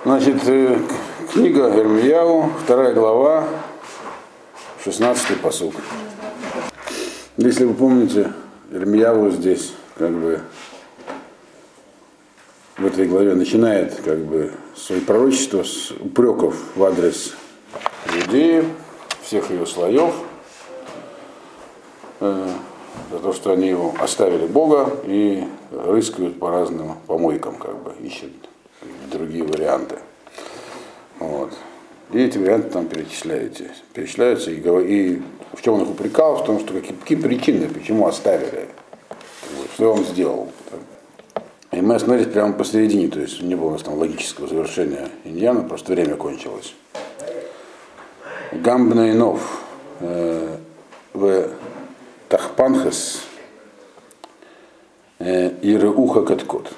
Значит, книга Ирмияу, 2 глава, 16-й пасук. Если вы помните, Ирмияу здесь как бы в этой главе начинает как бы свои пророчества с упреков в адрес иудеев, всех ее слоев, за то, что они его оставили Бога и рыскают по разным помойкам, как бы ищут другие варианты. Вот. И эти варианты там перечисляются, и в чем он их упрекал, в том, что какие причины, почему оставили, что он сделал. И мы остановились прямо посередине, то есть не было у нас там логического завершения иньяна, просто время кончилось. Гамбнейнов в Тахпанхас Иреуха Каткот.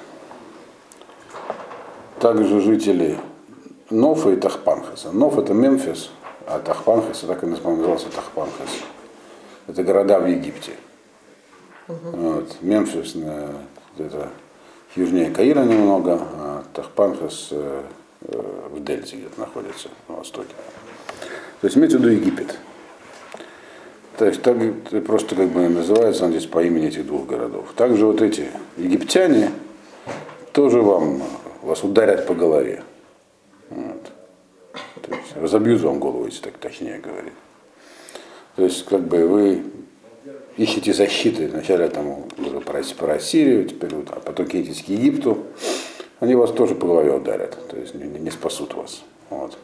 Также жители Нофа и Тахпанхаса. Ноф это Мемфис, а Тахпанхас, так и назывался Тахпанхас. Это города в Египте. Вот. Мемфис это южнее Каира немного, а Тахпанхас в Дельте где-то находится, на востоке. То есть имеется в виду Египет. То есть так просто как бы называется он здесь по имени этих двух городов. Также вот эти египтяне тоже вас ударят по голове. Вот. То есть разобьют вам голову, если так точнее говорить. То есть как бы вы ищете защиты. Вначале там про Ассирию, теперь вот, а потом едете к Египту. Они вас тоже по голове ударят. То есть не спасут вас. Вот.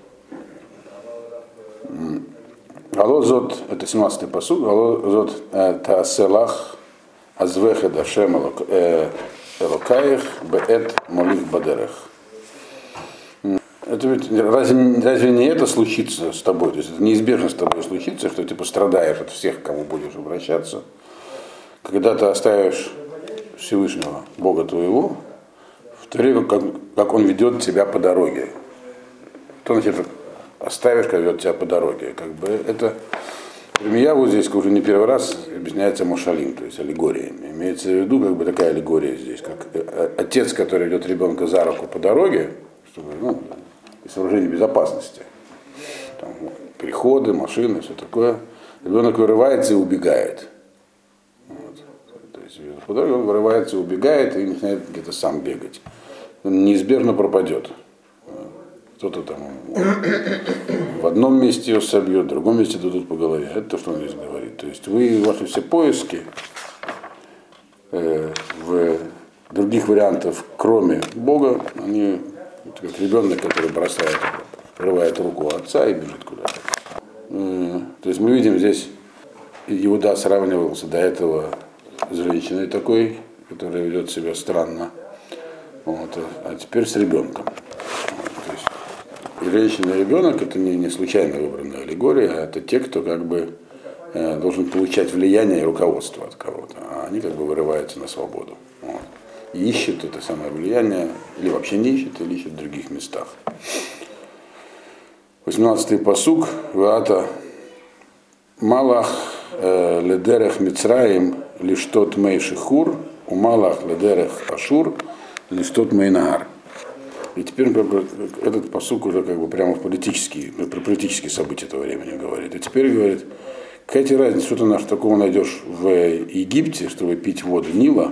Алозот, это 17-й пасук, Алозот Тааселах Азвехе Дашем Элокаих Беэт Молих Бадерах. Это ведь разве не это случится с тобой? То есть это неизбежно с тобой случится, что ты пострадаешь от всех, к кому будешь обращаться, когда ты оставишь Всевышнего Бога твоего, в то время, как Он ведет тебя по дороге. То значит, оставишь, как ведет тебя по дороге. Как бы это Ирмияу здесь уже не первый раз объясняется Мошалим, то есть аллегориями. Имеется в виду как бы такая аллегория здесь, как отец, который ведет ребенка за руку по дороге, чтобы, сооружение безопасности. Там, переходы, машины, все такое. Ребенок вырывается и убегает. Вот. То есть по дороге он вырывается и убегает и начинает где-то сам бегать. Он неизбежно пропадет. Кто-то там в одном месте ее собьет, в другом месте дадут по голове. Это то, что он здесь говорит. То есть ваши все поиски в других вариантов, кроме Бога, они как ребенок, который вырывает руку отца и бежит куда-то. То есть мы видим здесь, Иуда сравнивался до этого с женщиной такой, которая ведет себя странно, вот, а теперь с ребенком. И женщина и ребенок это не случайно выбранная аллегория, а это те, кто как бы должен получать влияние и руководство от кого-то, а они как бы вырываются на свободу. Вот. И ищут это самое влияние, или вообще не ищут, или ищут в других местах. 18-й пасук, Ваата Малах ледерех Мицраим лиштот мей шихур, у Малах ледерех Ашур лиштот мей нагар. И теперь этот пасук уже как бы прямо про политические события этого времени говорит. И теперь говорит, какая тебе разница, что ты такого найдешь в Египте, чтобы пить воду Нила.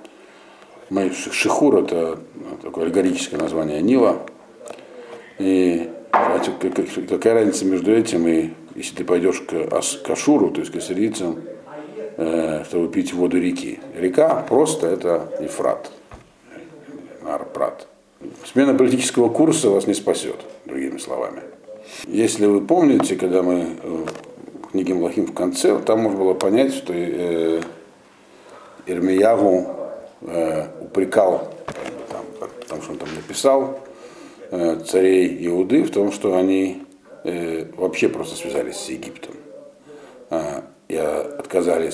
Шихур это такое аллегорическое название Нила. И какая разница между этим и если ты пойдешь к Ашуру, то есть к ассирийцам, чтобы пить воду реки. Река просто это Ефрат, Арпрат. Смена политического курса вас не спасет, другими словами. Если вы помните, когда мы в книге Млахим в конце, там можно было понять, что Ирмияу упрекал, потому что он там написал, царей Иуды в том, что они вообще просто связались с Египтом. И отказались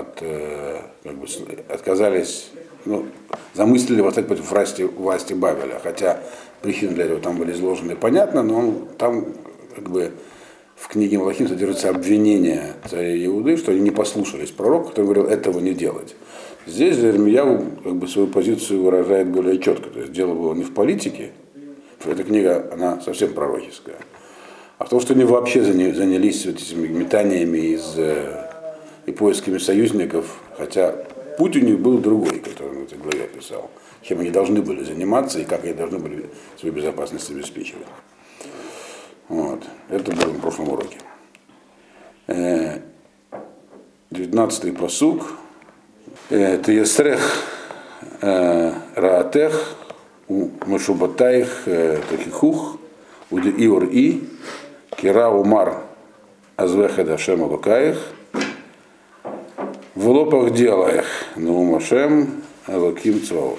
замыслили восстать против власти Бавеля, хотя причины для этого там были изложены понятно, но там как бы в книге Млахим содержится обвинение царя Иуды, что они не послушались пророка, который говорил этого не делать. Здесь же Ирмияу как бы свою позицию выражает более четко, то есть дело было не в политике, эта книга, она совсем пророческая. А в том, что они вообще занялись вот этими метаниями и поисками союзников, хотя путь у них был другой, который он в этой главе писал, чем они должны были заниматься и как они должны были свою безопасность обеспечивать. Вот. Это было на прошлом уроке. 19-й пасук. Тиесрех раатех у машубатаих тахихух уди иор и кира умар азвехед Ашем Элокаих в лопах делаях наум Ашем Элоким Цваот.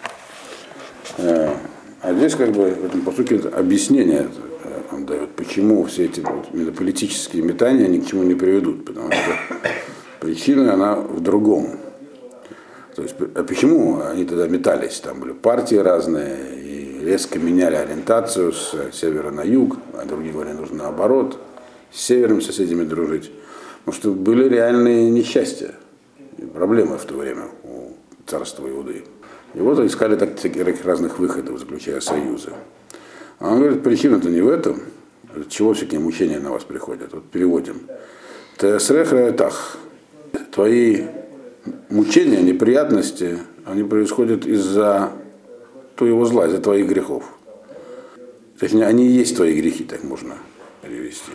А здесь как бы в этом пасуке объяснение он дает, почему все эти именно политические метания ни к чему не приведут, потому что причина она в другом. То есть, а почему они тогда метались? Там были партии разные и резко меняли ориентацию с севера на юг, а другие говорили, нужно наоборот, с северными соседями дружить. Потому что были реальные несчастья и проблемы в то время у царства Иуды. И вот искали таких разных выходов, заключая союзы. А он говорит, причина-то не в этом, от чего всякие мучения на вас приходят. Вот переводим. Тесрех раэтах. Твои мучения, неприятности, они происходят из-за твоего зла, из-за твоих грехов. Точнее, они и есть твои грехи, так можно перевести.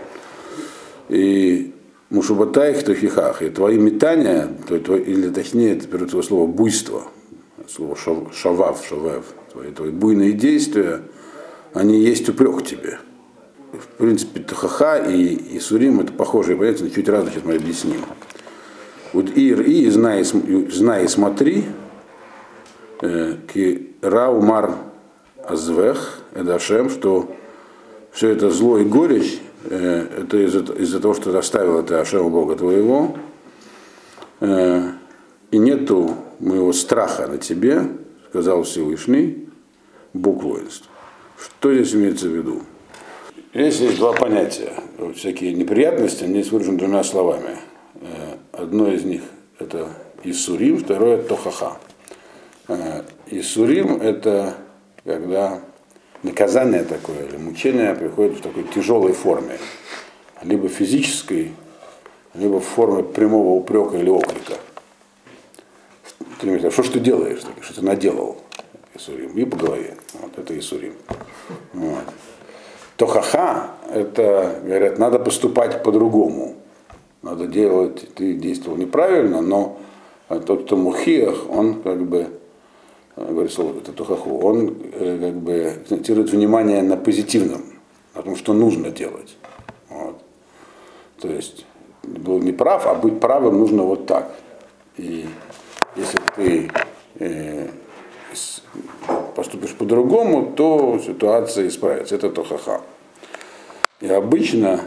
И мушубатаих тохихах, и твои метания, или точнее, это первое слово буйство, слово шавав, твои буйные действия, они есть упрек тебе. В принципе, тохаха и сурим это похожие понятия, но чуть разные, сейчас мы объясним. Вот ир и знай и смотри, ки раумар азвех эдашем, что все это зло и горечь, это из-за того, что заставил это Ашема Бога твоего, и нету моего страха на тебе, сказал Всевышний, Бог воинств. Что здесь имеется в виду? Здесь есть два понятия. Всякие неприятности, они здесь выражены двумя словами. Одно из них это Исурим, второе Тохаха. Исурим это когда наказание такое или мучение приходит в такой тяжелой форме. Либо физической, либо в форме прямого упрека или окрика. Что ж ты делаешь? Что ты наделал? Исурим. И по голове. Вот это Исурим. Вот. Тохаха, это, говорят, надо поступать по-другому. Надо делать, ты действовал неправильно, но тот, кто мухиях, он как бы, говорит слово, это тохаху, он как бы акцентирует внимание на позитивном, на том, что нужно делать. Вот. То есть был неправ, а быть правым нужно вот так. И если ты поступишь по-другому, то ситуация исправится. Это тохаха. И обычно,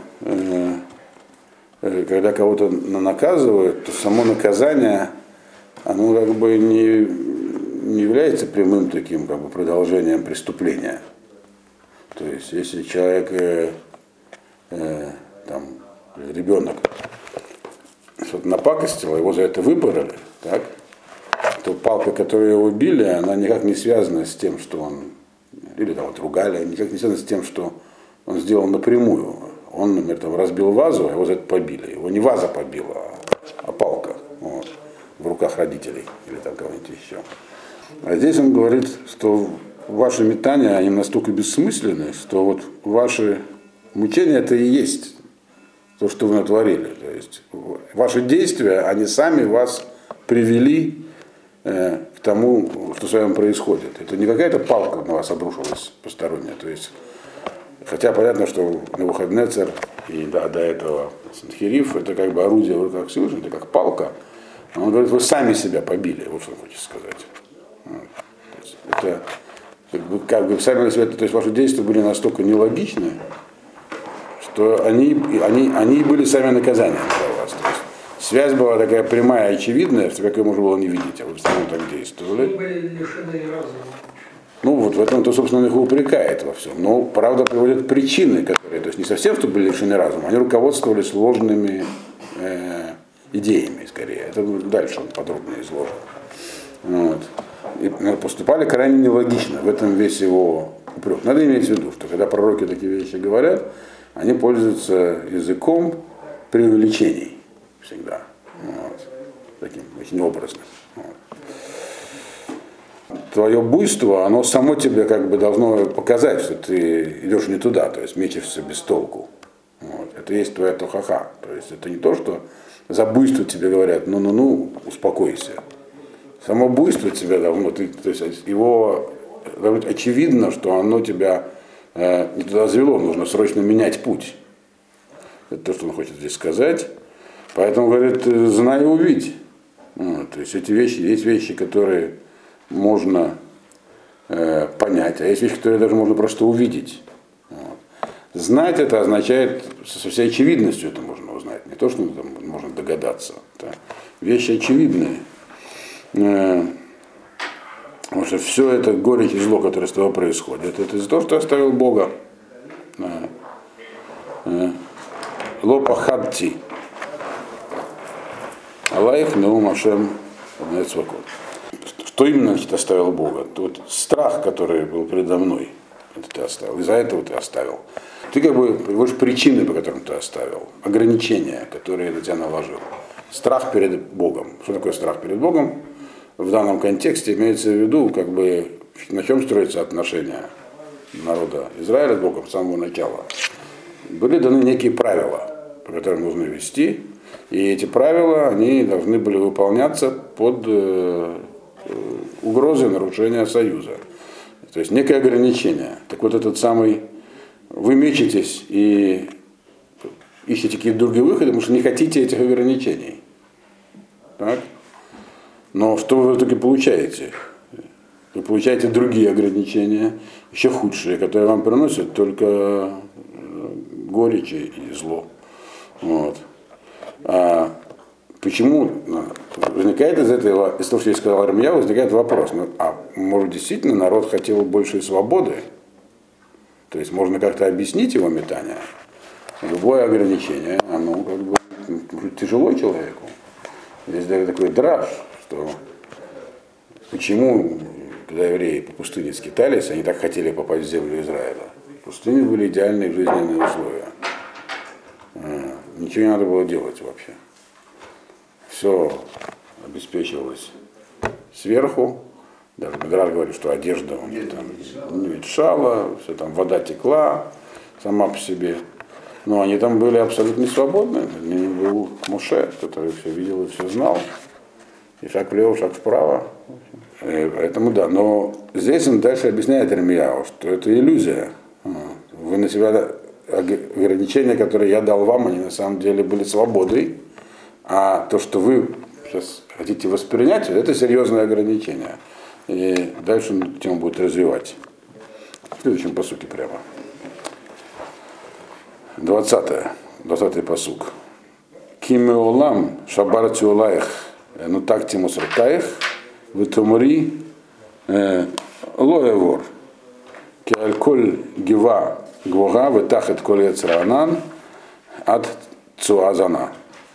когда кого-то наказывают, то само наказание, оно как бы не является прямым таким как бы продолжением преступления. То есть, если человек, там, ребенок что-то напакостил, его за это выпороли, так, то палка, которую его били, она никак не связана с тем, что он, или там вот ругали, никак не связана с тем, что он сделал напрямую. Он, например, там, разбил вазу, а его за это побили. Его не ваза побила, а палка вот, в руках родителей или там кого-нибудь еще. А здесь он говорит, что ваши метания, они настолько бессмысленны, что вот ваши мучения это и есть то, что вы натворили. То есть ваши действия, они сами вас привели к тому, что с вами происходит. Это не какая-то палка на вас обрушилась посторонняя. То есть, хотя понятно, что Навуходоносор и до этого Санхериф это как бы орудие в руках Всевышнего, это как палка. А он говорит, вы сами себя побили, вот что он хочет сказать. Это как бы сами на себя, то есть ваши действия были настолько нелогичны, что они были сами наказанием для вас. То есть, связь была такая прямая, очевидная, что как ее можно было не видеть, а вы все равно так действовали. Они были лишены разума. Ну вот в этом-то, собственно, он их упрекает во всем. Но, правда, приводят причины, которые, то есть не совсем, что были лишены разума, они руководствовались ложными идеями, скорее. Это дальше он подробно изложит. Вот. И поступали крайне нелогично. В этом весь его упрек. Надо иметь в виду, что когда пророки такие вещи говорят, они пользуются языком преувеличений всегда. Вот. Таким очень образным. Вот. Твое буйство, оно само тебе как бы должно показать, что ты идешь не туда, то есть мечешься без толку. Вот. Это есть твоя тохаха. То есть это не то, что за буйство тебе говорят, ну, успокойся. Само буйство тебя давно, то есть его должно быть очевидно, что оно тебя не туда завело, нужно срочно менять путь. Это то, что он хочет здесь сказать. Поэтому говорит, знай и увидь. Вот. То есть эти вещи, есть вещи, которые можно понять, а есть вещи, которые даже можно просто увидеть. Вот. Знать это означает, со всей очевидностью это можно узнать, не то, что там можно догадаться. Это вещи очевидные. Потому что все это горечь и зло, которое с тобой происходит, это из-за того, что оставил Бога. Лопа хадти. Аллах неум Ашем Нецвакот. Что именно значит оставил Бога? Тот страх, который был передо мной, это ты оставил. Из-за этого ты оставил. Ты как бы приводишь причины, по которым ты оставил, ограничения, которые на тебя наложил. Страх перед Богом. Что такое страх перед Богом? В данном контексте имеется в виду, как бы, на чем строятся отношения народа Израиля с Богом с самого начала. Были даны некие правила, по которым нужно вести, и эти правила, они должны были выполняться под угрозой нарушения союза. То есть некое ограничение. Так вот этот самый, вы мечетесь и ищете какие-то другие выходы, потому что не хотите этих ограничений. Так? Но что вы в итоге получаете? Вы получаете другие ограничения, еще худшие, которые вам приносят только горечь и зло. Вот. А почему возникает из этого, из того, что я сказал Армия, возникает вопрос, может действительно народ хотел большей свободы? То есть можно как-то объяснить его метание? Любое ограничение, оно как бы тяжело человеку. Здесь даже такой драж, что почему, когда евреи по пустыне скитались, они так хотели попасть в землю Израиля. В пустыне были идеальные жизненные условия. Ничего не надо было делать вообще. Все обеспечивалось сверху. Даже Медраж говорит, что одежда у них там не ветшала, все там вода текла сама по себе. Но они там были абсолютно свободны. Был Моше, который все видел и все знал. И шаг влево, шаг вправо. Поэтому да. Но здесь он дальше объясняет Ирмияу, что это иллюзия. Вы на себя ограничения, которые я дал вам, они на самом деле были свободой. А то, что вы сейчас хотите воспринять, это серьезное ограничение. И дальше он тему будет развивать. В следующем пасуке прямо. 20-й пасук. Кимеолам шабар тиулаих ну так тимус ртаих витумри лоевор киальколь гива гвога витахет коль яцранан от цуазана.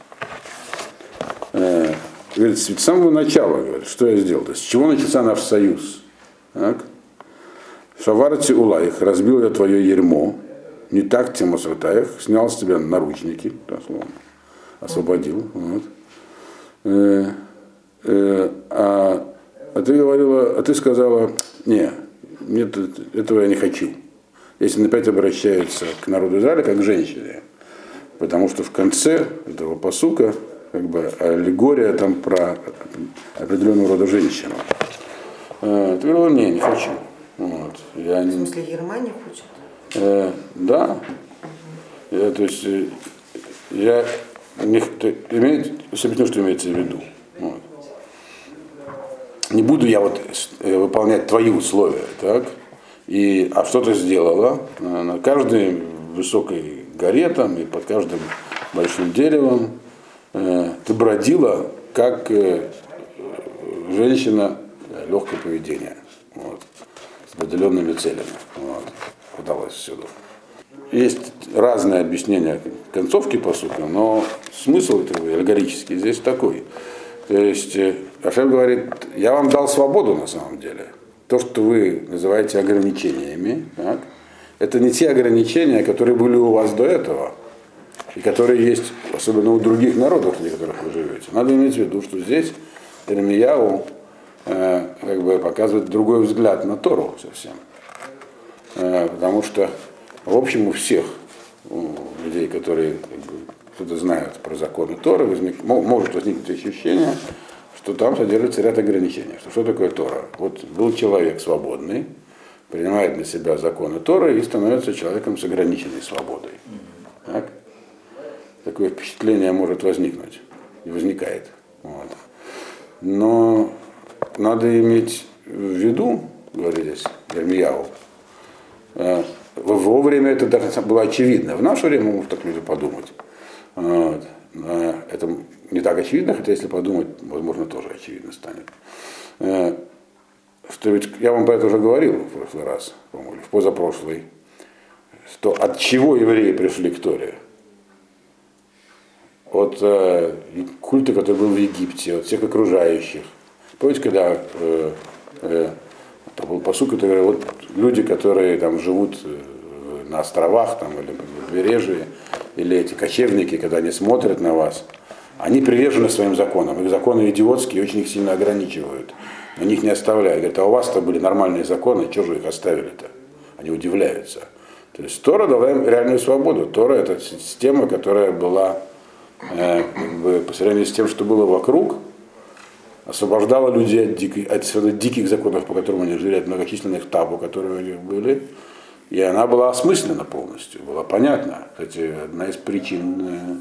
Говорит, с самого начала, говорит, что я сделал, то есть с чего начался наш союз. Шаварати улаих, разбил я твое ярмо, не так тимус ртаих, снял с тебя наручники, дословно, освободил. Вот. Ты говорила, ты сказала, нет, этого я не хочу. Если опять обращается к народу Израиля как к женщине, потому что в конце этого пасука как бы аллегория там про определенного рода женщину. Ты говорила, не хочу. Вот. В смысле, Ерма не хочет? Да. То есть я объясню, что имеется в виду. Вот. Не буду я вот выполнять твои условия, так? А что ты сделала? На каждой высокой горе там и под каждым большим деревом ты бродила как женщина легкого поведения, вот, с определенными целями. Вот, удалось всюду. Есть разные объяснения концовки пасука, но смысл этого аллегорический здесь такой. То есть Ашем говорит, я вам дал свободу на самом деле. То, что вы называете ограничениями, так, это не те ограничения, которые были у вас до этого, и которые есть, особенно у других народов, среди которых вы живете. Надо иметь в виду, что здесь Ирмияу как бы показывает другой взгляд на Тору совсем. Потому что, в общем, у всех людей, которые как бы, что-то знают про законы Торы, может возникнуть ощущение, что там содержится ряд ограничений. Что такое Тора? Вот был человек свободный, принимает на себя законы Торы и становится человеком с ограниченной свободой. Так? Такое впечатление может возникнуть и возникает. Вот. Но надо иметь в виду, говорит здесь Ирмияу, во его время это даже было очевидно. В наше время могут так люди подумать. Вот. Это не так очевидно, хотя если подумать, возможно, тоже очевидно станет. Что ведь я вам про это уже говорил в прошлый раз, по-моему, в позапрошлый, что от чего евреи пришли к Торе? От культа, который был в Египте, от всех окружающих. Помните, когда там был пасук, который говорил, вот люди, которые там живут на островах там, или на побережье, или эти кочевники, когда они смотрят на вас, они привержены своим законам. Их законы идиотские, очень их сильно ограничивают. На них не оставляют. Говорят, а у вас-то были нормальные законы, что же их оставили-то? Они удивляются. То есть Тора дала им реальную свободу. Тора — это система, которая была по сравнению с тем, что было вокруг, освобождала людей от диких законов, по которым они жили, от многочисленных табу, которые у них были. И она была осмыслена полностью, была понятна. Кстати, одна из причин,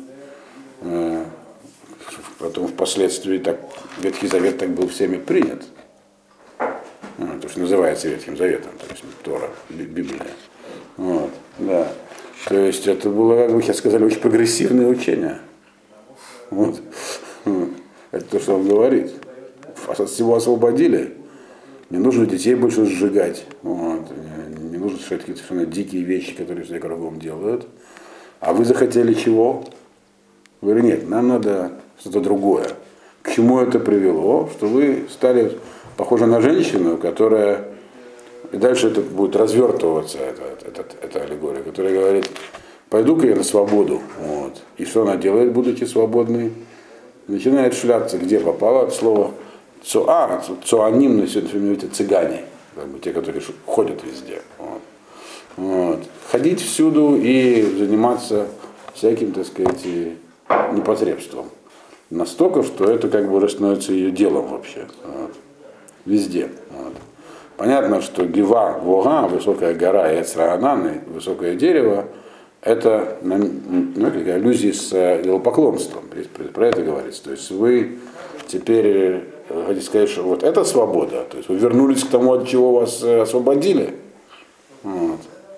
потом впоследствии так, Ветхий Завет так был всеми принят. То, что называется Ветхим Заветом, то есть Тора, Библия. Вот, да. То есть это было, как вы сейчас сказали, очень прогрессивное учение. Вот. Это то, что он говорит. От всего освободили. Не нужно детей больше сжигать. Вот. Не нужно совершать какие-то совершенно дикие вещи, которые все кругом делают. А вы захотели чего? Вы говорите, нет, нам надо что-то другое. К чему это привело? Что вы стали похожи на женщину, которая... И дальше это будет развертываться, эта аллегория, которая говорит, пойду-ка я на свободу. Вот. И что она делает, будучи свободной? Начинает шляться, где попало, от слова цуаним, на сегодня цыгане, как бы, те, которые ходят везде. Вот. Вот. Ходить всюду и заниматься всяким, так сказать, непотребством. Настолько, что это как бы уже становится ее делом вообще. Вот. Везде. Вот. Понятно, что Гива, Вога, высокая гора и Эцраанан, высокое дерево, это аллюзии с идолопоклонством, про это говорится. То есть вы теперь хотите сказать, что вот это свобода, то есть вы вернулись к тому, от чего вас освободили. Вот.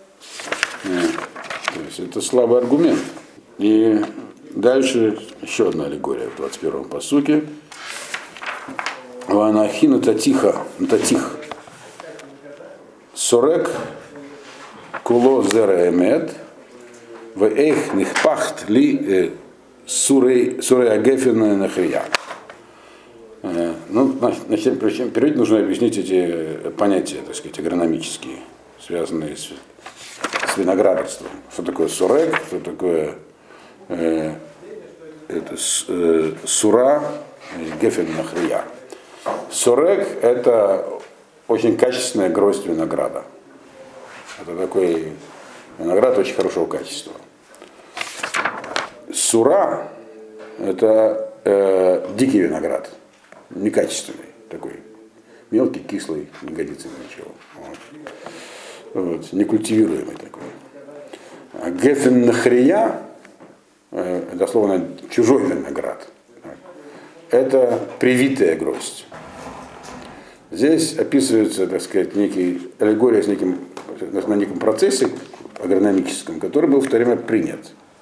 То есть это слабый аргумент. И дальше еще одна аллегория в 21-м пасуке. Ванахи нататих. Сорек куло зера эмет. В эйх нихпахт ли сурей агефина нахрия. Ну, значит, перед нужно объяснить эти понятия, так сказать, агрономические, связанные с виноградарством. Что такое сурек, что такое сура, гефин нахрия. Сурек — это очень качественная гроздь винограда. Это такой виноград очень хорошего качества. Сура — это дикий виноград, некачественный такой, мелкий, кислый, не годится ничего. Вот, некультивируемый такой. А гефен нахрия, дословно чужой виноград, это привитая гроздь. Здесь описывается, так сказать, аллегория на неком процессе агрономическом, который был в то время принят.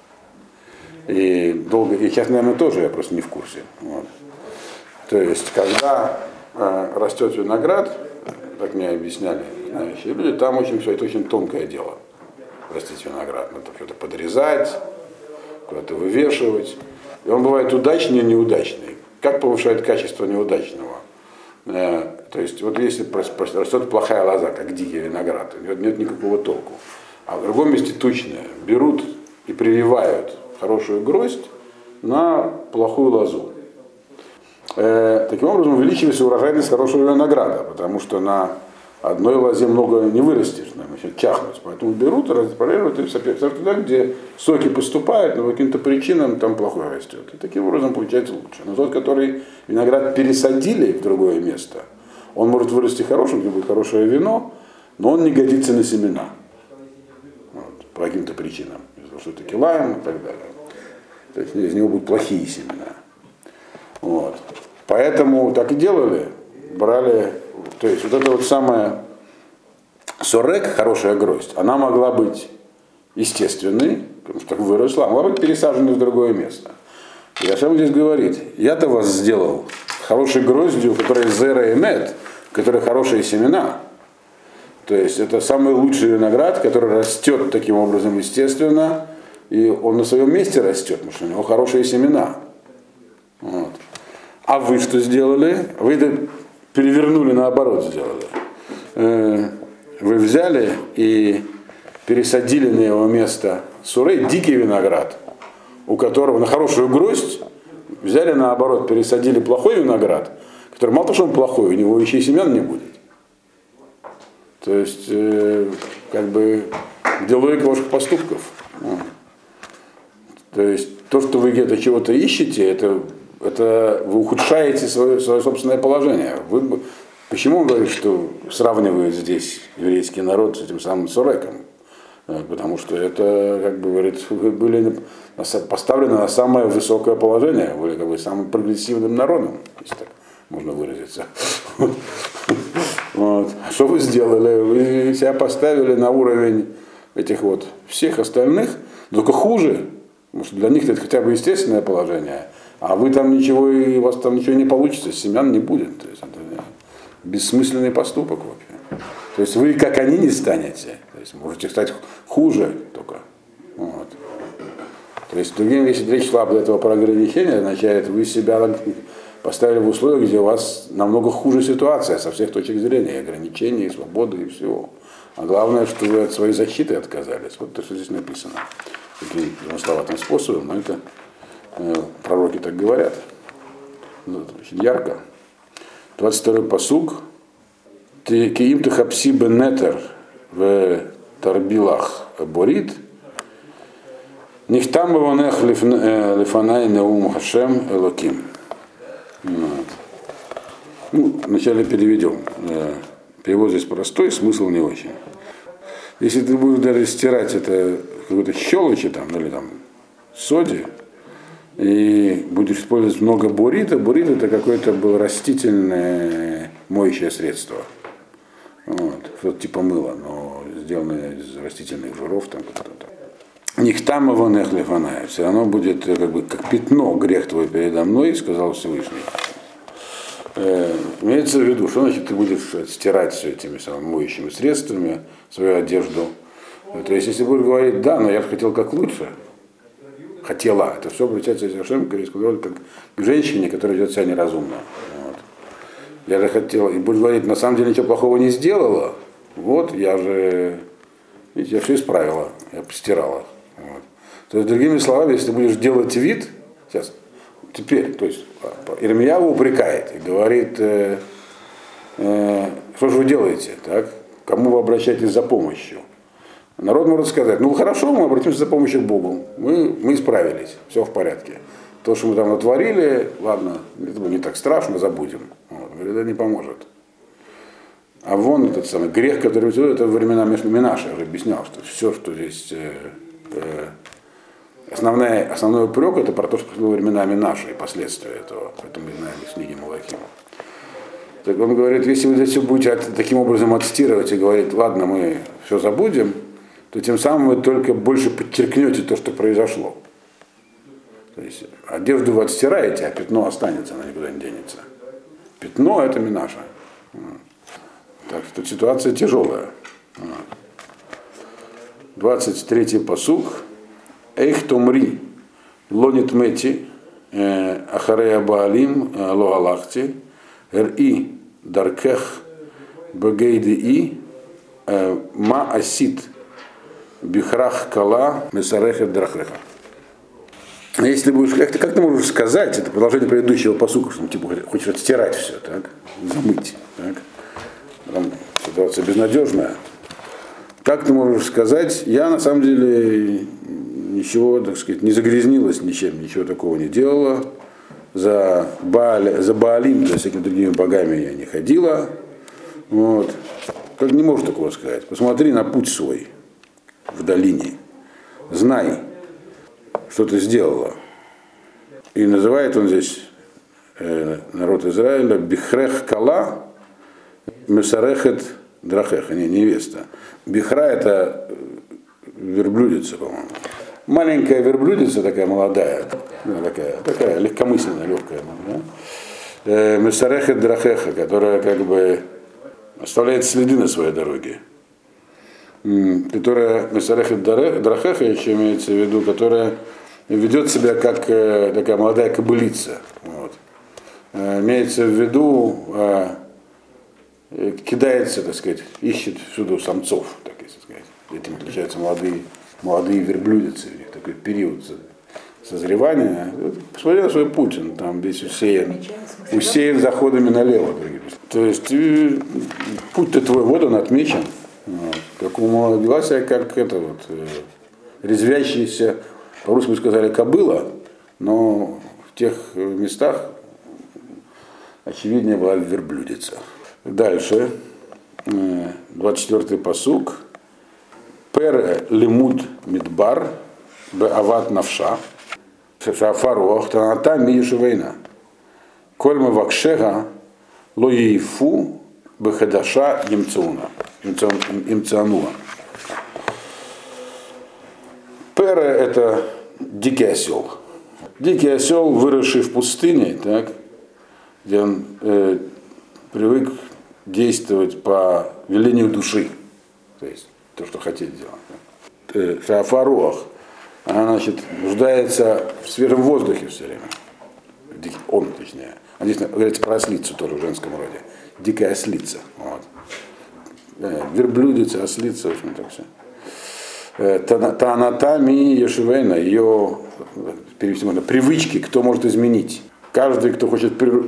И сейчас, наверное, тоже, я просто не в курсе. Вот. То есть, когда растет виноград, как мне объясняли знающие люди, там очень все, это очень тонкое дело. Растить виноград, надо что-то подрезать, куда-то вывешивать. И он бывает удачный и неудачный. как повышает качество неудачного. То есть вот если растет плохая лоза, как дикий виноград, у него нет никакого толку. А в другом месте тучная. Берут и прививают хорошую гроздь на плохую лозу. Таким образом увеличивается урожайность хорошего винограда, потому что на одной лозе много не вырастешь, нам еще чахнуть. Поэтому берут, разделяют и сажают туда, где соки поступают, но по каким-то причинам там плохой растет. И таким образом получается лучше. Но тот, который виноград пересадили в другое место, он может вырасти хорошим, где будет хорошее вино, но он не годится на семена. Вот, по каким-то причинам. Потому что это килаем и так далее. То есть из него будут плохие семена. Вот. Поэтому так и делали. Брали, то есть вот эта вот самая сорек, хорошая гроздь, она могла быть естественной, потому что так выросла, могла быть пересажена в другое место. И Ашем здесь говорит, я-то вас сделал хорошей гроздью, у которой зера и мед, у которой хорошие семена. То есть это самый лучший виноград, который растет таким образом естественно, и он на своем месте растет, потому что у него хорошие семена. Вот. А вы что сделали? Вы это перевернули, наоборот сделали. Вы взяли и пересадили на его место сурей, дикий виноград, у которого на хорошую гроздь взяли наоборот, пересадили плохой виноград, который мало того, что он плохой, у него еще и семян не будет. То есть, как бы, где логика ваших поступков. То есть, то, что вы где-то чего-то ищете, это вы ухудшаете свое собственное положение. Почему он говорит, что сравнивает здесь еврейский народ с этим самым Сореком? Потому что это, как бы говорит, вы были поставлены на самое высокое положение, вы были как бы самым прогрессивным народом, если так можно выразиться. Вот. Что вы сделали? Вы себя поставили на уровень этих вот всех остальных, только хуже, потому что для них это хотя бы естественное положение, а вы там ничего, и у вас там ничего не получится, семян не будет. То есть это бессмысленный поступок вообще. То есть вы, как они, не станете. То есть можете стать хуже только. Вот. То есть, другим, если речь шла до этого про ограничения, означает, вы себя поставили в условия, где у вас намного хуже ситуация со всех точек зрения, ограничений, свободы и всего. А главное, что вы от своей защиты отказались. Вот то, что здесь написано. Таким замысловатым способом, но это пророки так говорят. Очень ярко. 22-й пасук. Киим тахапси бенетер в тарбилах борит. Нихтам баванех лифанай неум хашем элоким. Ну, вначале переведем. Перевод здесь простой, смысл не очень. Если ты будешь даже стирать это какой-то щелочи там, или там соди, и будешь использовать много борита, борит это какое-то было растительное моющее средство. Вот, что-то типа мыла, но сделанное из растительных жиров там кто-то. Нихтам его нехлефаная, все равно будет как бы как пятно грех твой передо мной, сказал Всевышний. Имеется в виду, что значит ты будешь стирать все этими самыми моющими средствами, свою одежду. То есть, если будешь говорить, да, но я бы хотел как лучше, хотела, это все обращается совершенно как к женщине, которая ведет себя неразумно. Вот. Я же хотел, и будешь говорить, на самом деле ничего плохого не сделала, вот, я же, видите, я все исправила, я постирала. Вот. То есть, другими словами, если ты будешь делать вид, сейчас, теперь, то есть, Ирмияу упрекает и говорит, что же вы делаете, так? Кому вы обращаетесь за помощью? Народ может сказать, ну хорошо, мы обратимся за помощью к Богу, мы исправились, все в порядке. То, что мы там натворили, ладно, это было не так страшно, забудем. Вот. Говорит, это не поможет. А вон этот самый грех, который это времена Менаше, я уже объяснял, что все, что здесь основной упрек, это про то, что было временами наши и последствия этого. Поэтому мы знаем из книги Малахим. Так он говорит, если вы здесь все будете таким образом отстирывать и говорить, ладно, мы все забудем, то тем самым вы только больше подчеркнете то, что произошло. То есть одежду вы отстираете, а пятно останется, оно никуда не денется. Пятно это Минаша. Так что ситуация тяжелая. 23-й пасук. Эйх томри лонит мети Ахарея Баалим Логалахти, Р.И. Даркех Бегейди Ма Асит Бихрах Кала Месарехет Драхреха. Если будешь, как ты можешь сказать, это продолжение предыдущего пасука, что типа хочешь отстирать все, так, замыть, так. Там ситуация безнадежная. Как ты можешь сказать, я на самом деле ничего, так сказать, не загрязнилась ничем, ничего такого не делала. За Баалим, за всякими другими богами я не ходила. Вот. Как не можешь такого сказать? Посмотри на путь свой в долине. Знай, что ты сделала. И называет он здесь народ Израиля Бихрех Кала Месарехет Драхеха, не невеста. Бихра это верблюдица, по-моему. Маленькая верблюдица, такая молодая, такая легкомысленная, легкая. Да? Месарехет Драхеха, которая как бы оставляет следы на своей дороге. Которая Месарехет Драхеха, еще имеется в виду, которая ведет себя как такая молодая кобылица. Вот. Имеется в виду, кидается, так сказать, ищет всюду самцов, так сказать. Этим отличаются молодые верблюдицы, у них такой период созревания. Посмотри на свой путь, он там весь усеян заходами налево. То есть путь-то твой, вот он отмечен. Вот. Как вела себя, как это вот, резвящаяся, по-русски мы сказали, кобыла, но в тех местах очевиднее была верблюдица. Дальше, 24-й пасук. Пер лимуд мидбар беават навша шафаруах таната миешувейна кольма вакшега лоейфу бехедаша имцануа. Пер это дикий осел. Дикий осел, выросший в пустыне, так, где он привык действовать по велению души, то есть то, что хотеть делать. Шафаруах, она, значит, нуждается в свежем воздухе все время. Он, точнее. А здесь говорится про ослицу тоже в женском роде. Дикая ослица. Вот. Верблюдица, ослица, в общем, так все. Таната ми ешивейна, ее перевести можно, привычки, кто может изменить. Каждый, кто хочет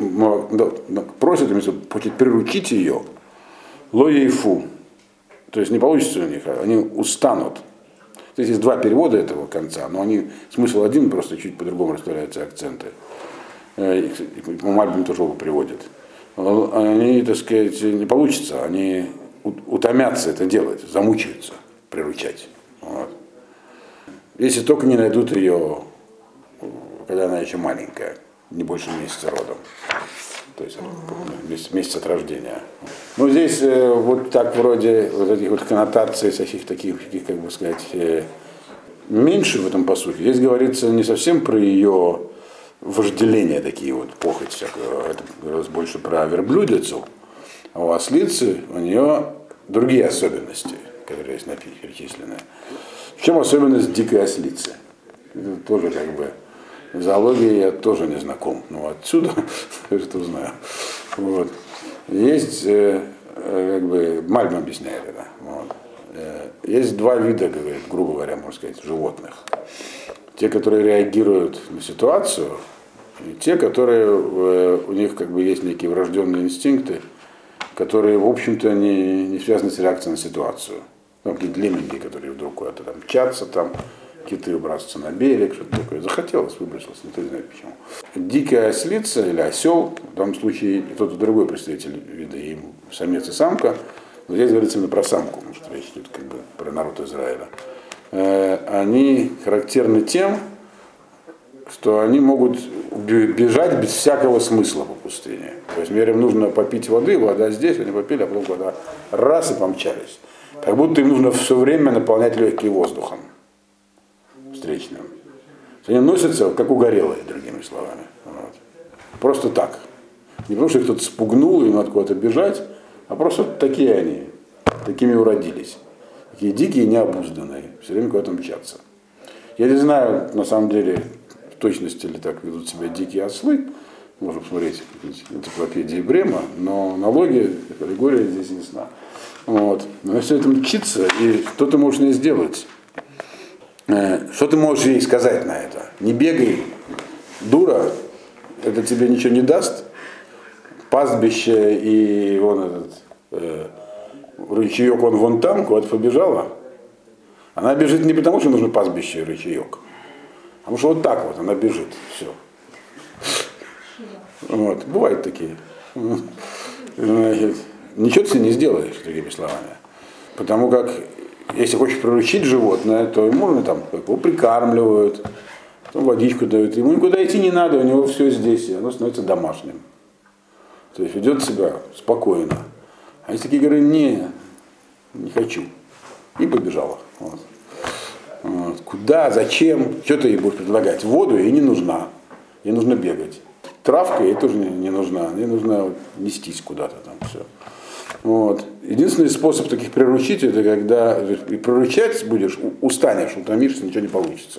просит, хочет приручить ее, лоейфу. То есть не получится у них, они устанут. Здесь есть два перевода этого конца, но они, смысл один, просто чуть по-другому расставляются акценты. Мальбим тоже его приводит. Они, так сказать, не получится, они утомятся это делать, замучаются приручать. Вот. Если только не найдут ее, когда она еще маленькая, не больше месяца родом. То есть месяц от рождения. Ну, здесь вот так вроде вот этих вот коннотаций, всяких таких, как бы сказать, меньше в этом по сути. Здесь говорится не совсем про ее вожделение, такие вот похоть всякую, это говорилось больше про верблюдицу, а у ослицы у нее другие особенности, которые здесь перечислены. В чем особенность дикой ослицы? Это тоже как бы в зоологии я тоже не знаком, но отсюда что знаю. Вот. Есть, как бы, Мальбим объясняет это. Вот. Есть два вида, говорит, грубо говоря, можно сказать, животных. Те, которые реагируют на ситуацию, и те, которые у них как бы есть некие врожденные инстинкты, которые, в общем-то, не связаны с реакцией на ситуацию. Там какие-то лемминги, которые вдруг куда-то там мчатся, там киты выбрасываются на берег, что-то такое. Захотелось, выбросилось, никто не знает почему. Дикая ослица или осел, в данном случае и тот и другой представитель вида, и самец и самка, но здесь говорится именно про самку, потому что речь идет как бы про народ Израиля. Они характерны тем, что они могут бежать без всякого смысла по пустыне. То есть, например, им нужно попить воды, вода здесь, они попили, а потом вода раз и помчались. Как будто им нужно все время наполнять легкие воздухом встречным. Они носятся, как угорелые, другими словами. Вот. Просто так. Не потому, что их кто-то спугнул, им надо куда-то бежать, а просто такие они, такими уродились. Такие дикие, необузданные, все время куда-то мчатся. Я не знаю, на самом деле, в точности ли так ведут себя дикие ослы. Можно посмотреть энциклопедии Брема, но аналогия, аллегория здесь ясна. Вот. Но все это мчится, и что ты можешь с ней сделать? Что ты можешь ей сказать на это? Не бегай, дура, это тебе ничего не даст. Пастбище и вон этот ручеек, он вон там, куда-то побежала. Она бежит не потому, что нужно пастбище и ручеек, а потому что вот так вот она бежит. Все. Вот. Бывают такие. Значит, ничего ты не сделаешь, другими словами. Потому как, если хочешь приручить животное, то ему там его прикармливают, потом водичку дают. Ему никуда идти не надо, у него все здесь, и оно становится домашним. То есть ведет себя спокойно. А есть такие говорят, не хочу. И побежала. Вот. Вот. Куда, зачем, что ты ей будешь предлагать? Воду ей не нужна. Ей нужно бегать. Травка ей тоже не нужна. Ей нужно нестись куда-то там все. Вот. Единственный способ таких приручить, это когда и приручать будешь, устанешь, утомишься, ничего не получится.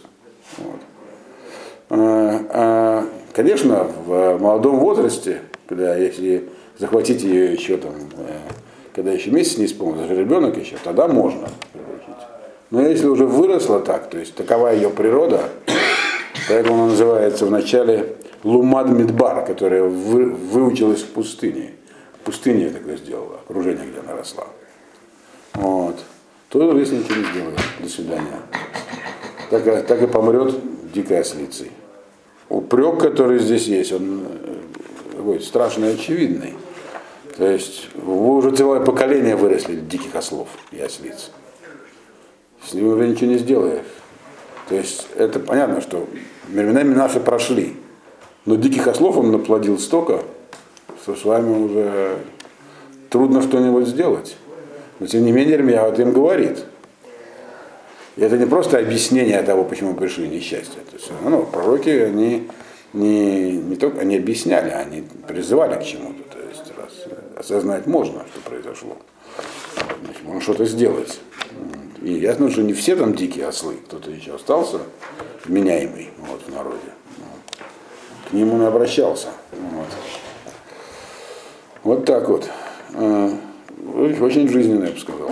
Вот. Конечно, в молодом возрасте, когда если захватить ее еще там, когда еще месяц не исполнился, даже ребенок еще, тогда можно приручить. Но если уже выросла так, то есть такова ее природа, поэтому она называется вначале Лумад Мидбар, которая выучилась в пустыне. В пустыне я такое сделала, окружение, где она росла. Вот. То если ничего не сделает. До свидания. Так и помрет дикой ослицей. Упрек, который здесь есть, он такой страшный и очевидный. То есть вы уже целое поколение выросли диких ослов и ослиц. С ним уже ничего не сделаешь. То есть это понятно, что временами наши прошли. Но диких ослов он наплодил столько, что с вами уже трудно что-нибудь сделать. Но тем не менее Ирмия вот им говорит. И это не просто объяснение того, почему пришли несчастья. То есть, пророки, они не только они объясняли, они призывали к чему-то. То есть осознать можно, что произошло. Значит, можно что-то сделать. И ясно, что не все там дикие ослы, кто-то еще остался вменяемый вот, в народе. Вот. К ним он и обращался. Вот так вот. Очень жизненно, я бы сказал.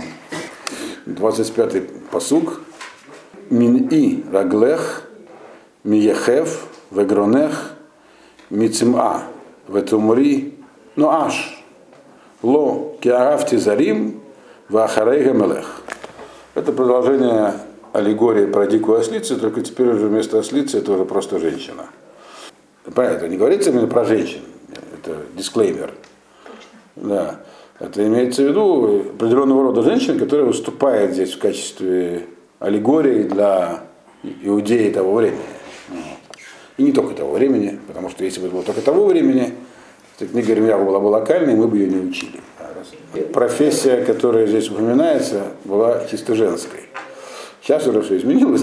25-й пасук. Мин-и раглех, миехев, вегронех, мицим'a, ветумри, аш, ло, киарафти зарим, вахарейга мелех. Это продолжение аллегории про дикую ослицу, только теперь уже вместо ослицы это уже просто женщина. Понятно, не говорится именно про женщин, это дисклеймер. Да. Это имеется в виду определенного рода женщина, которая выступает здесь в качестве аллегории для иудеи того времени. И не только того времени, потому что если бы это было только того времени, то книга Ирмияу была бы локальной, мы бы ее не учили. Профессия, которая здесь упоминается, была чисто женской. Сейчас уже все изменилось.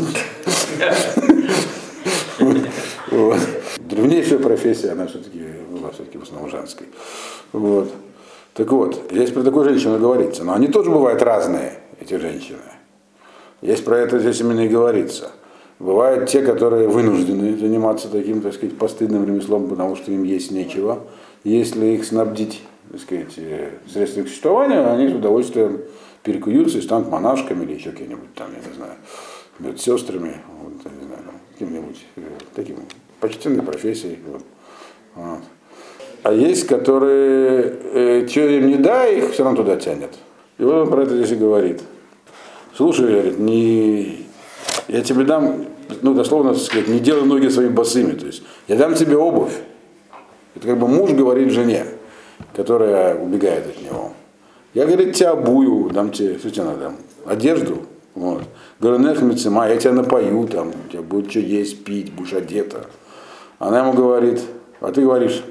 Древнейшая профессия, она все-таки была в основном женской. Вот. Так вот, здесь про такую женщину говорится, но они тоже бывают разные, эти женщины. Есть про это здесь именно и говорится. Бывают те, которые вынуждены заниматься таким, так сказать, постыдным ремеслом, потому что им есть нечего. Если их снабдить, так сказать, средствами к существованию, они с удовольствием перекуются и станут монашками или еще кем-нибудь там, я не знаю, медсестрами, вот, не знаю, каким-нибудь таким почтенной профессией. Вот. А есть, которые, что им не дай, их все равно туда тянет. И вот он про это здесь и говорит. Слушай, говорит, я тебе дам, дословно сказать, не делай ноги своими босыми. То есть я дам тебе обувь. Это как бы муж говорит жене, которая убегает от него. Я, говорит, тебя обую, дам тебе, что тебе надо, одежду. Вот. Говорю, нехмицема, я тебя напою, там, у тебя будет что есть, пить, будешь одета. Она ему говорит, а ты говоришь,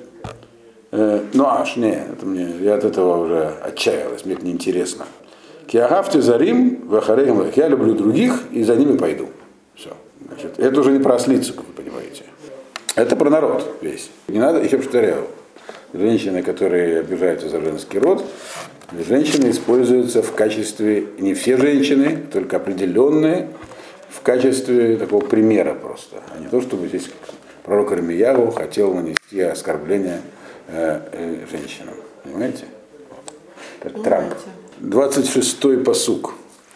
я от этого уже отчаялась, мне это неинтересно. Киагафти за Рим, я люблю других и за ними пойду. Все. Значит, это уже не про ослицу, как вы понимаете. Это про народ весь. Не надо, еще повторяю, женщины, которые обижаются за женский род, женщины используются в качестве, не все женщины, только определенные, в качестве такого примера просто, а не то, чтобы здесь пророк Ирмияу хотел нанести оскорбление женщинам. Понимаете? Как Трамп. 26-й пасук.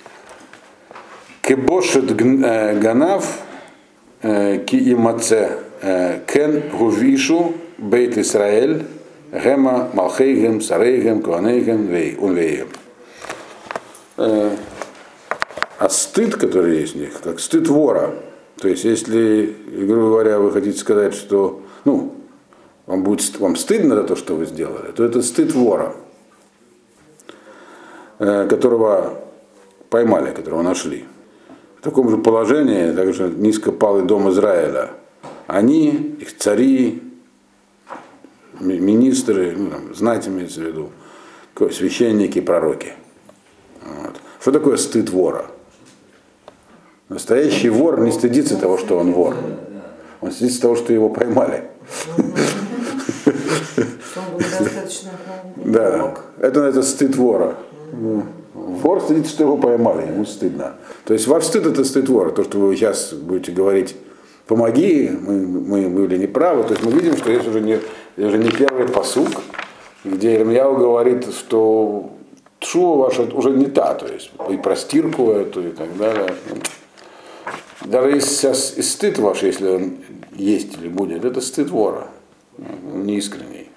Кебошет ганав ки имаце кен гувишу бейт Исраэль гема малхейгем сарейгем куанейгем унвейгем. А стыд, который есть в них, как стыд вора. То есть, если, грубо говоря, вы хотите сказать, что вам стыдно за то, что вы сделали, то это стыд вора, которого поймали, которого нашли. В таком же положении также низко пал и дом Израиля. Они, их цари, министры, знать имеется в виду, священники, пророки. Вот. Что такое стыд вора? Настоящий вор не стыдится того, что он вор. Он стыдится того, что его поймали. Да, это стыд вора. Вор стыдится, что его поймали, ему стыдно. То есть ваш стыд — это стыд вора. То, что вы сейчас будете говорить, помоги, мы были неправы. То есть мы видим, что есть уже не первый пасук, где Ирмияу говорит, что шува ваша уже не та, то есть и про стирку эту и так далее. Даже если сейчас и стыд ваш, если он есть или будет, это стыд вора, неискренний.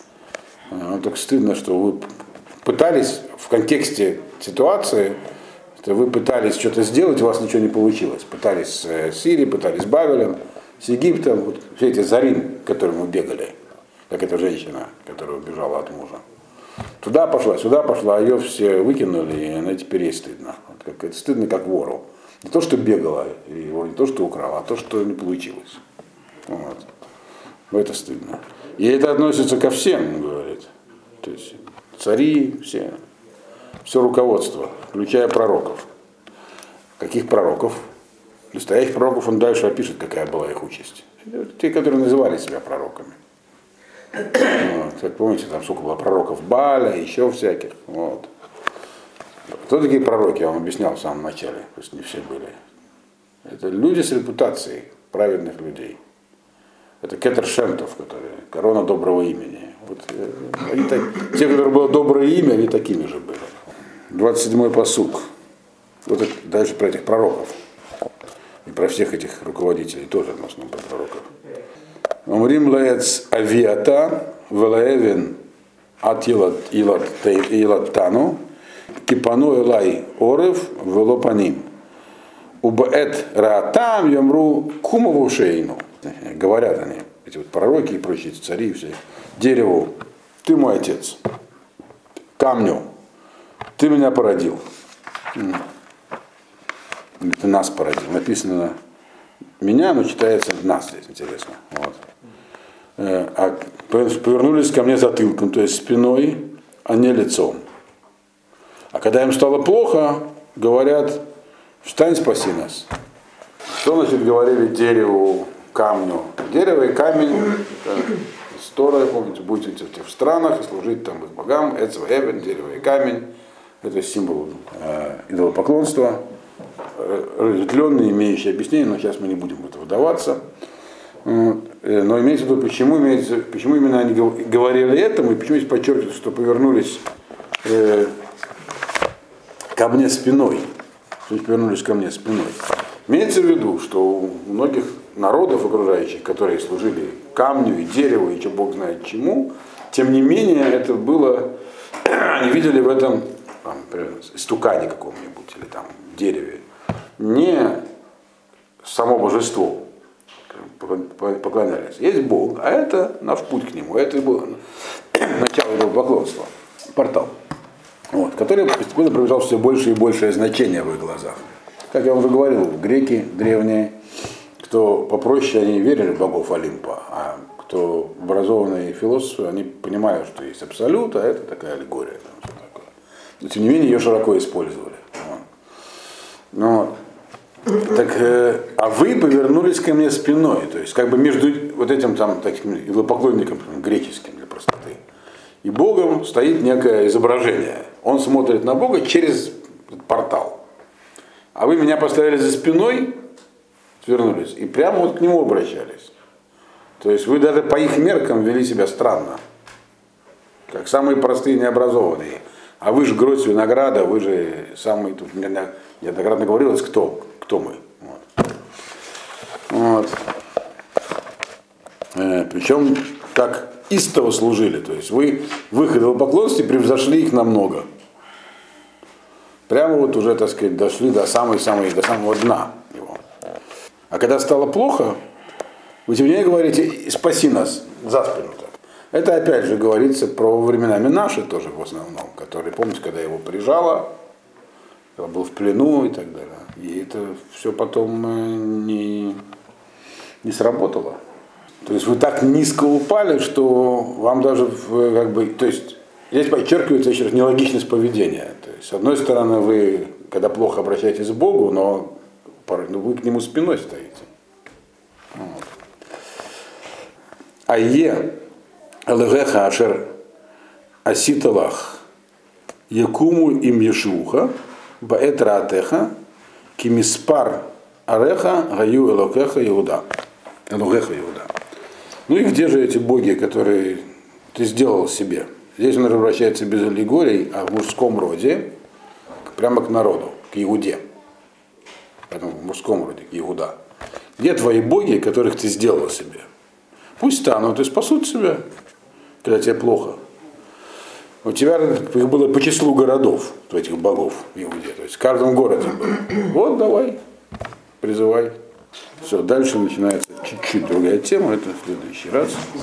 Так стыдно, что вы пытались в контексте ситуации, что вы пытались что-то сделать, у вас ничего не получилось. Пытались с Сирией, пытались с Бавелем, с Египтом, вот все эти зарим, к которым мы бегали, как эта женщина, которая убежала от мужа. Туда пошла, сюда пошла, а ее все выкинули, и она теперь ей стыдно. Вот это стыдно как вору. Не то, что бегала, не то, что украла, а то, что не получилось. Вот. Это стыдно. И это относится ко всем, он говорит. То есть цари, все руководство, включая пророков. Каких пророков? Настоящих пророков он дальше опишет, какая была их участь. Те, которые называли себя пророками. Вот. Как помните, там сколько было пророков Бааля, еще всяких. Вот. Кто такие пророки, я вам объяснял в самом начале, пусть не все были. Это люди с репутацией, праведных людей. Это Кетер Шемтов, которые корона доброго имени. Вот, те, у которых было доброе имя, они такими же были. 27-й пасук. Вот это, дальше про этих пророков. И про всех этих руководителей тоже относно про пророков. Умрим лаец авиата велаевин от Илаттану кипану элай орев велопаним. Убаэт раатам ямру кумову шейну. Говорят они, эти вот пророки и прочие цари, все. Дереву, ты мой отец. Камню, ты меня породил. Ты нас породил. Написано меня, но читается нас здесь, интересно. Вот. А повернулись ко мне затылком, то есть спиной, а не лицом. А когда им стало плохо, говорят, встань, спаси нас. Что значит говорили дереву, камню? Дерево и камень, Тора, помните, будете в странах и служить там их богам, Эцва Эвен, дерево и камень, это символ идолопоклонства, разветвленный, имеющий объяснение, но сейчас мы не будем в это вдаваться. Но имеется в виду, почему именно они говорили этому, и почему здесь подчеркивают, что повернулись ко мне спиной. Повернулись ко мне спиной. Имеется в виду, что у многих народов окружающих, которые служили камню и дереву, и Бог знает чему, тем не менее, это было, они видели в этом истукане каком-нибудь, или там дереве, не само божество, поклонялись. Есть Бог, а это наш путь к нему, это было начало его поклонства, портал, вот, который постепенно приобретал все больше и большее значение в их глазах. Как я уже говорил, греки древние, кто попроще, они верили в богов Олимпа, а кто образованные философы, они понимают, что есть абсолют, а это такая аллегория. Там, все такое. Но тем не менее ее широко использовали. Но, так, а вы повернулись ко мне спиной, то есть как бы между вот этим там таким идолопоклонником греческим для простоты и Богом стоит некое изображение. Он смотрит на Бога через портал. А а вы меня поставили за спиной, свернулись, и прямо вот к нему обращались. То есть вы даже по их меркам вели себя странно. Как самые простые необразованные. А вы же гроздь винограда, вы же самый, тут неоднократно говорилось, кто мы. Вот. Причем как истово служили. То есть вы в их идолопоклонстве превзошли их намного. Прямо вот уже, так сказать, дошли до самого дна его. А когда стало плохо, вы тем не менее говорите, спаси нас за спину. Это опять же говорится про времена Менаше тоже в основном, которые, помните, когда его прижало, когда был в плену и так далее. И это все потом не сработало. То есть вы так низко упали, что вам даже как бы, то есть здесь подчеркивается еще раз нелогичность поведения. То есть, с одной стороны, вы, когда плохо обращаетесь к Богу, но вы к нему спиной стоите. Вот. Элэгеха ашер аситалах якуму им ешуха баэт раатеха кимиспар ареха гаю элокеха Иуда. Элогеха Иуда. Ну и где же эти боги, которые ты сделал себе? Здесь он обращается без аллегорий, а в мужском роде, прямо к народу, к Иуде. Поэтому в мужском роде, к Иуда. Где твои боги, которых ты сделал себе? Пусть станут и спасут себя, когда тебе плохо. У тебя их было по числу городов, этих богов в Иуде. То есть в каждом городе было. Вот давай, призывай. Все, дальше начинается чуть-чуть другая тема, это в следующий раз.